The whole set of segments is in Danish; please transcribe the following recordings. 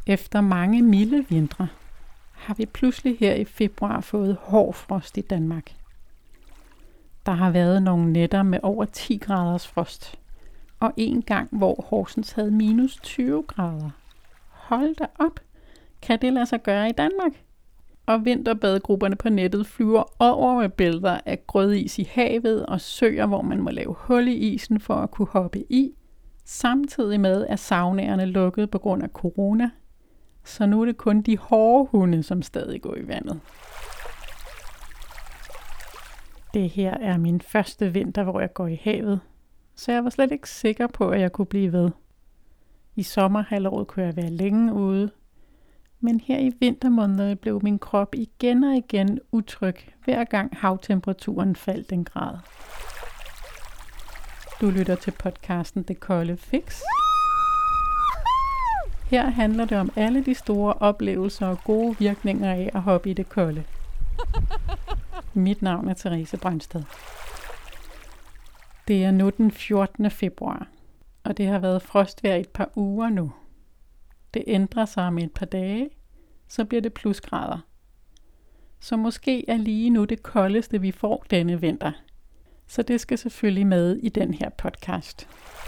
Efter mange milde vintre har vi pludselig her i februar fået hård frost i Danmark. Der har været nogle nætter med over 10 graders frost, og en gang, hvor Horsens havde minus 20 grader. Hold da op! Kan det lade sig gøre i Danmark? Og vinterbadegrupperne på nettet flyver over med billeder af grødis i havet og søer, hvor man må lave hul i isen for at kunne hoppe i, samtidig med at saunaerne lukket på grund af corona. Så nu er det kun de hårde hunde, som stadig går i vandet. Det her er min første vinter, hvor jeg går i havet, så jeg var slet ikke sikker på, at jeg kunne blive ved. I sommerhalvåret kunne jeg være længe ude, men her i vintermånederne blev min krop igen og igen utryg, hver gang havtemperaturen faldt en grad. Du lytter til podcasten Det Kolde Fix. Her handler det om alle de store oplevelser og gode virkninger af at hoppe i det kolde. Mit navn er Therese Brøndsted. Det er nu den 14. februar, og det har været frostvejr i et par uger nu. Det ændrer sig om et par dage, så bliver det plusgrader. Så måske er lige nu det koldeste, vi får denne vinter. Så det skal selvfølgelig med i den her podcast.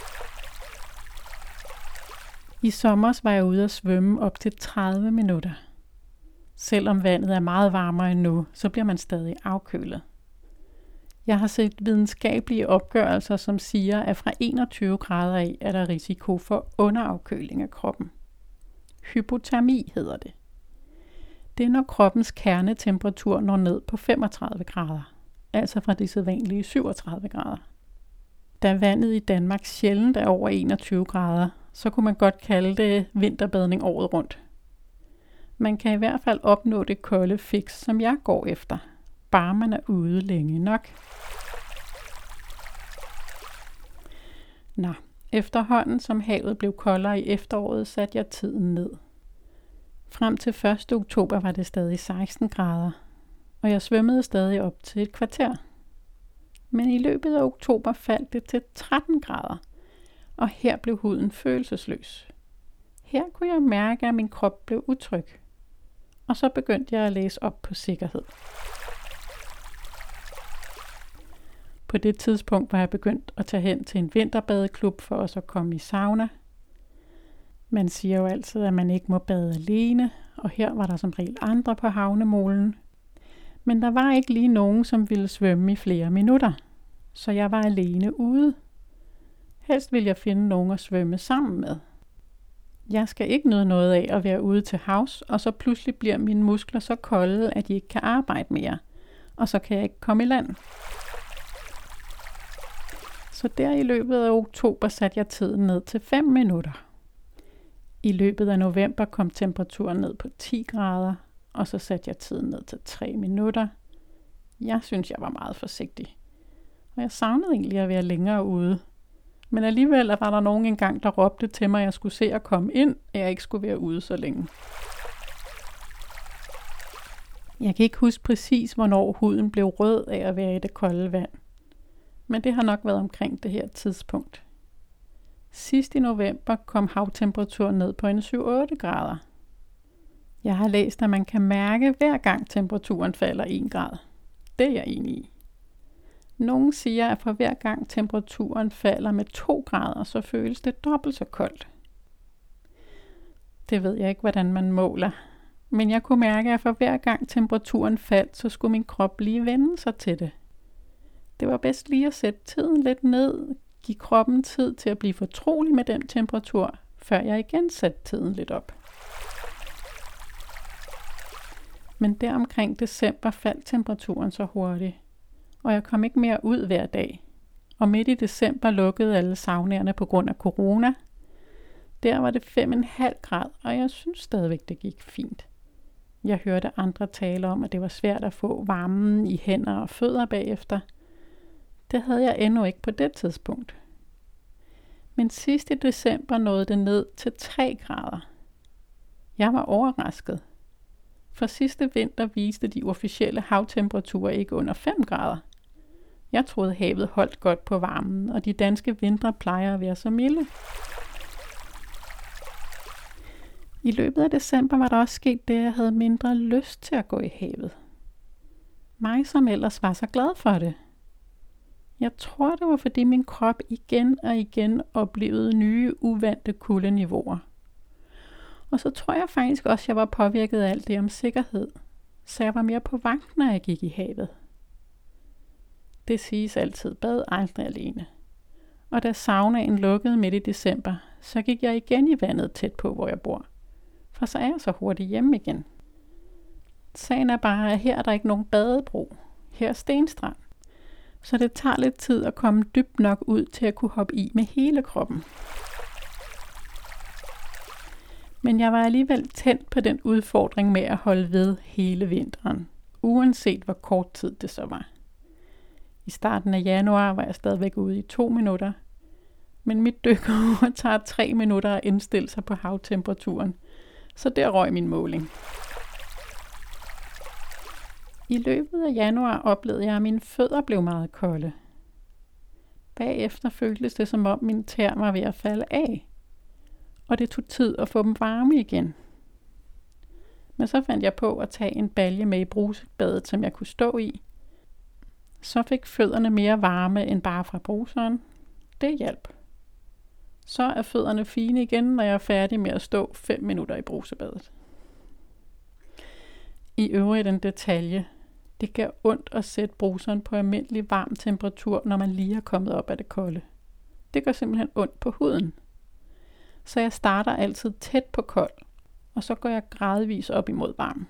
I sommer var jeg ude at svømme op til 30 minutter. Selvom vandet er meget varmere end nu, så bliver man stadig afkølet. Jeg har set videnskabelige opgørelser, som siger, at fra 21 grader af er der risiko for underafkøling af kroppen. Hypotermi hedder det. Det er, når kroppens kernetemperatur når ned på 35 grader, altså fra de sædvanlige 37 grader. Da vandet i Danmark sjældent er over 21 grader, så kunne man godt kalde det vinterbadning året rundt. Man kan i hvert fald opnå det kolde fix, som jeg går efter, bare man er ude længe nok. Efterhånden som havet blev koldere i efteråret, satte jeg tiden ned. Frem til 1. oktober var det stadig 16 grader, og jeg svømmede stadig op til et kvarter. Men i løbet af oktober faldt det til 13 grader, og her blev huden følelsesløs. Her kunne jeg mærke, at min krop blev utryg, og så begyndte jeg at læse op på sikkerhed. På det tidspunkt var jeg begyndt at tage hen til en vinterbadeklub for også at komme i sauna. Man siger jo altid, at man ikke må bade alene, og her var der som regel andre på havnemolen. Men der var ikke lige nogen, som ville svømme i flere minutter, så jeg var alene ude. Helst ville jeg finde nogen at svømme sammen med. Jeg skal ikke nyde noget af at være ude til havs, og så pludselig bliver mine muskler så kolde, at de ikke kan arbejde mere, og så kan jeg ikke komme i land. Så der i løbet af oktober satte jeg tiden ned til 5 minutter. I løbet af november kom temperaturen ned på 10 grader, og så satte jeg tiden ned til 3 minutter. Jeg synes, jeg var meget forsigtig. Og jeg savnede egentlig at være længere ude. Men alligevel var der nogen engang, der råbte til mig, at jeg skulle se at komme ind, at jeg ikke skulle være ude så længe. Jeg kan ikke huske præcis, hvornår huden blev rød af at være i det kolde vand. Men det har nok været omkring det her tidspunkt. Sidst i november kom havtemperaturen ned på en 7-8 grader. Jeg har læst, at man kan mærke, hver gang temperaturen falder 1 grad. Det er jeg enig i. Nogle siger, at for hver gang temperaturen falder med 2 grader, så føles det dobbelt så koldt. Det ved jeg ikke, hvordan man måler. Men jeg kunne mærke, at for hver gang temperaturen faldt, så skulle min krop lige vende sig til det. Det var bedst lige at sætte tiden lidt ned, give kroppen tid til at blive fortrolig med den temperatur, før jeg igen satte tiden lidt op. Men der omkring december faldt temperaturen så hurtigt, og jeg kom ikke mere ud hver dag. Og midt i december lukkede alle saunaerne på grund af corona. Der var det 5,5 grad, og jeg synes stadigvæk, det gik fint. Jeg hørte andre tale om, at det var svært at få varmen i hænder og fødder bagefter. Det havde jeg endnu ikke på det tidspunkt. Men sidst i december nåede det ned til 3 grader. Jeg var overrasket. For sidste vinter viste de officielle havtemperaturer ikke under 5 grader. Jeg troede, havet holdt godt på varmen, og de danske vintre plejer at være så milde. I løbet af december var der også sket det, at jeg havde mindre lyst til at gå i havet. Mig, som ellers var så glad for det. Jeg tror, det var fordi min krop igen og igen oplevede nye, uvante kuldeniveauer. Og så tror jeg faktisk også, at jeg var påvirket af alt det om sikkerhed. Så jeg var mere på vagt, når jeg gik i havet. Det siges altid, bad aldrig alene. Og da saunaen lukkede midt i december, så gik jeg igen i vandet tæt på, hvor jeg bor. For så er jeg så hurtigt hjemme igen. Sagen er bare, at her er der ikke nogen badebro. Her er stenstrand. Så det tager lidt tid at komme dybt nok ud til at kunne hoppe i med hele kroppen. Men jeg var alligevel tændt på den udfordring med at holde ved hele vinteren, uanset hvor kort tid det så var. I starten af januar var jeg stadigvæk ude i 2 minutter, men mit dyk tager 3 minutter at indstille sig på havtemperaturen, så der røg min måling. I løbet af januar oplevede jeg, at mine fødder blev meget kolde. Bagefter føltes det, som om mine tæer var ved at falde af, og det tog tid at få dem varme igen. Men så fandt jeg på at tage en balje med i brusebadet, som jeg kunne stå i. Så fik fødderne mere varme end bare fra bruseren. Det hjalp. Så er fødderne fine igen, når jeg er færdig med at stå 5 minutter i brusebadet. I øvrigt en detalje. Det gør ondt at sætte bruseren på almindelig varm temperatur, når man lige er kommet op af det kolde. Det gør simpelthen ondt på huden. Så jeg starter altid tæt på kold, og så går jeg gradvis op imod varm.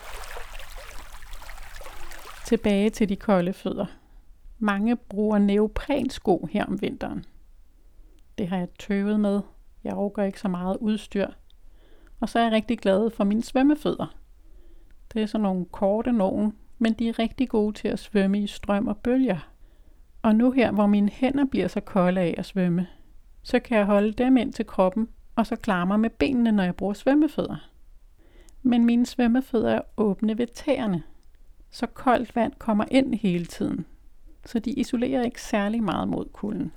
Tilbage til de kolde fødder. Mange bruger neoprensko her om vinteren. Det har jeg tøvet med. Jeg orker ikke så meget udstyr. Og så er jeg rigtig glad for mine svømmefødder. Det er sådan nogle korte nogen, men de er rigtig gode til at svømme i strøm og bølger. Og nu her, hvor mine hænder bliver så kolde af at svømme, så kan jeg holde dem ind til kroppen, og så klare mig med benene, når jeg bruger svømmefødder. Men mine svømmefødder er åbne ved tæerne, så koldt vand kommer ind hele tiden, så de isolerer ikke særlig meget mod kulden.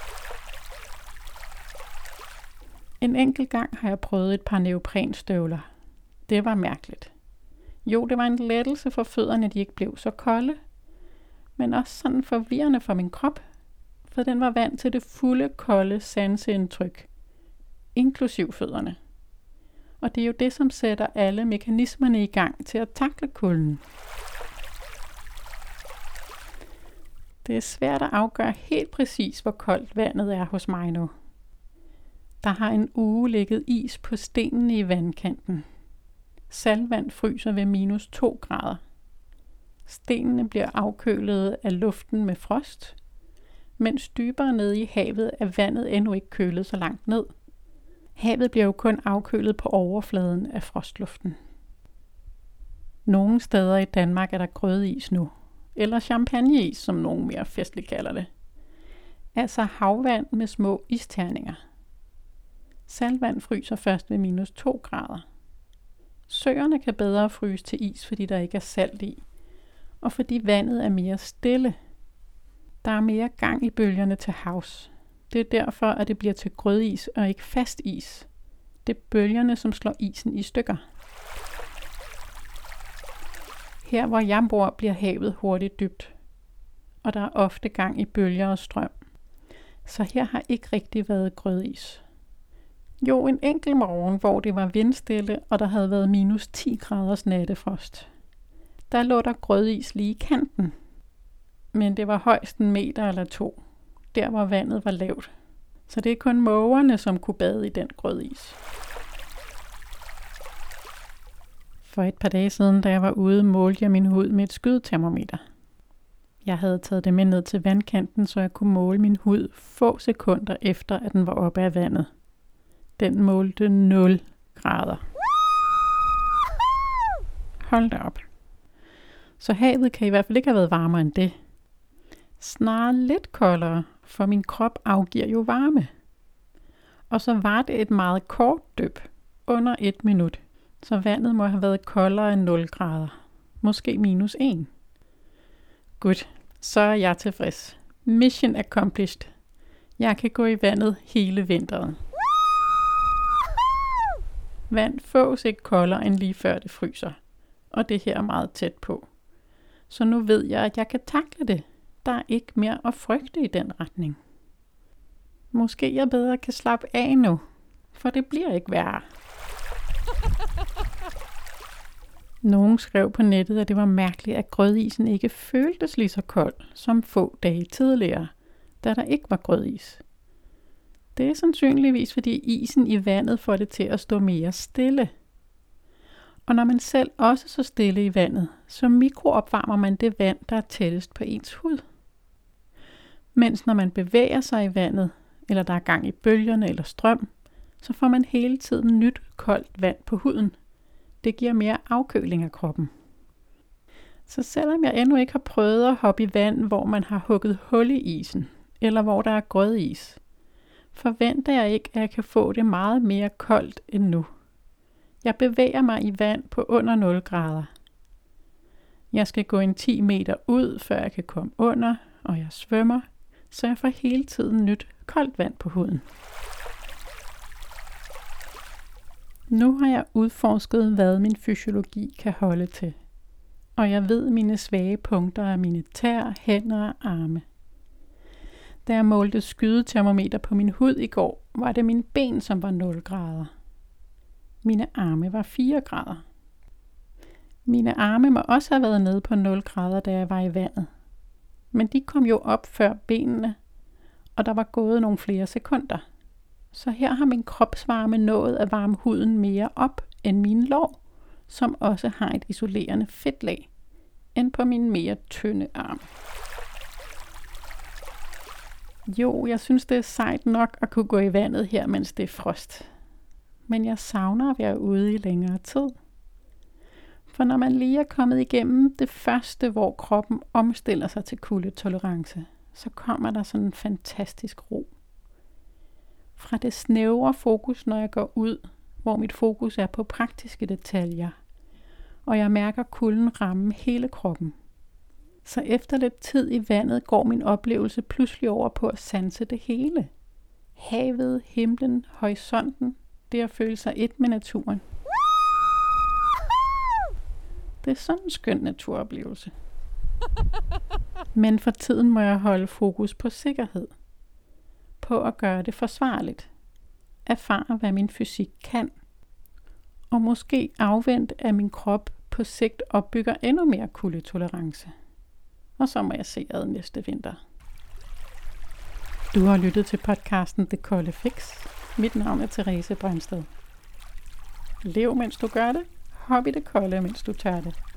En enkelt gang har jeg prøvet et par neoprenstøvler. Det var mærkeligt. Jo, det var en lettelse for fødderne, de ikke blev så kolde, men også sådan forvirrende for min krop, for den var vant til det fulde, kolde sanseindtryk, inklusiv fødderne. Og det er jo det, som sætter alle mekanismerne i gang til at takle kulden. Det er svært at afgøre helt præcis, hvor koldt vandet er hos mig nu. Der har en uge ligget is på stenene i vandkanten. Saltvand fryser ved -2 grader. Stenene bliver afkølet af luften med frost, mens dybere nede i havet er vandet endnu ikke kølet så langt ned. Havet bliver jo kun afkølet på overfladen af frostluften. Nogle steder i Danmark er der grødis nu, eller champagneis, som nogen mere festligt kalder det. Altså havvand med små isterninger. Saltvand fryser først ved -2 grader. Søerne kan bedre fryse til is, fordi der ikke er salt i, og fordi vandet er mere stille. Der er mere gang i bølgerne til havs. Det er derfor, at det bliver til grødis og ikke fast is. Det er bølgerne, som slår isen i stykker. Her, hvor jeg bor, bliver havet hurtigt dybt, og der er ofte gang i bølger og strøm. Så her har ikke rigtig været grødis. Jo, en enkelt morgen, hvor det var vindstille, og der havde været -10 graders nattefrost. Der lå der grødis lige i kanten, men det var højst 1 meter eller 2, der hvor vandet var lavt. Så det er kun mågerne, som kunne bade i den grødis. For et par dage siden, da jeg var ude, målte jeg min hud med et skydetermometer. Jeg havde taget det med ned til vandkanten, så jeg kunne måle min hud få sekunder efter, at den var oppe af vandet. Den målte 0 grader. Hold da op. Så havet kan i hvert fald ikke have været varmere end det. Snarere lidt koldere, for min krop afgiver jo varme. Og så var det et meget kort dyb, under 1 minut. Så vandet må have været koldere end 0 grader. Måske -1. Godt, så er jeg tilfreds. Mission accomplished. Jeg kan gå i vandet hele vinteren. Vand fås ikke koldere end lige før det fryser, og det her er meget tæt på. Så nu ved jeg, at jeg kan takle det. Der er ikke mere at frygte i den retning. Måske jeg bedre kan slappe af nu, for det bliver ikke værre. Nogen skrev på nettet, at det var mærkeligt, at grødisen ikke føltes lige så kold som få dage tidligere, da der ikke var grødis. Det er sandsynligvis, fordi isen i vandet får det til at stå mere stille. Og når man selv også så stille i vandet, så mikroopvarmer man det vand, der er tættest på ens hud. Mens når man bevæger sig i vandet, eller der er gang i bølgerne eller strøm, så får man hele tiden nyt koldt vand på huden. Det giver mere afkøling af kroppen. Så selvom jeg endnu ikke har prøvet at hoppe i vand, hvor man har hugget hul i isen, eller hvor der er grødis, forventer jeg ikke, at jeg kan få det meget mere koldt end nu. Jeg bevæger mig i vand på under 0 grader. Jeg skal gå en 10 meter ud, før jeg kan komme under, og jeg svømmer, så jeg får hele tiden nyt koldt vand på huden. Nu har jeg udforsket, hvad min fysiologi kan holde til. Og jeg ved mine svage punkter af mine tæer, hænder og arme. Da jeg målte skydetermometer på min hud i går, var det mine ben, som var 0 grader. Mine arme var 4 grader. Mine arme må også have været nede på 0 grader, da jeg var i vandet. Men de kom jo op før benene, og der var gået nogle flere sekunder. Så her har min kropsvarme nået at varme huden mere op end mine lår, som også har et isolerende fedtlag, end på mine mere tynde arme. Jo, jeg synes det er sejt nok at kunne gå i vandet her, mens det er frost. Men jeg savner at være ude i længere tid. For når man lige er kommet igennem det første, hvor kroppen omstiller sig til kuldetolerance, så kommer der sådan en fantastisk ro. Fra det snævre fokus, når jeg går ud, hvor mit fokus er på praktiske detaljer, og jeg mærker kulden ramme hele kroppen. Så efter lidt tid i vandet går min oplevelse pludselig over på at sanse det hele. Havet, himlen, horisonten, det at føle sig et med naturen. Det er sådan en skøn naturoplevelse. Men for tiden må jeg holde fokus på sikkerhed. På at gøre det forsvarligt. Erfare, hvad min fysik kan. Og måske afvente, at min krop på sigt opbygger endnu mere kuldetolerance. Og så må jeg se ad næste vinter. Du har lyttet til podcasten Det Kolde Fix. Mit navn er Therese Brøndsted. Lev mens du gør det. Hop i det kolde, mens du tør det.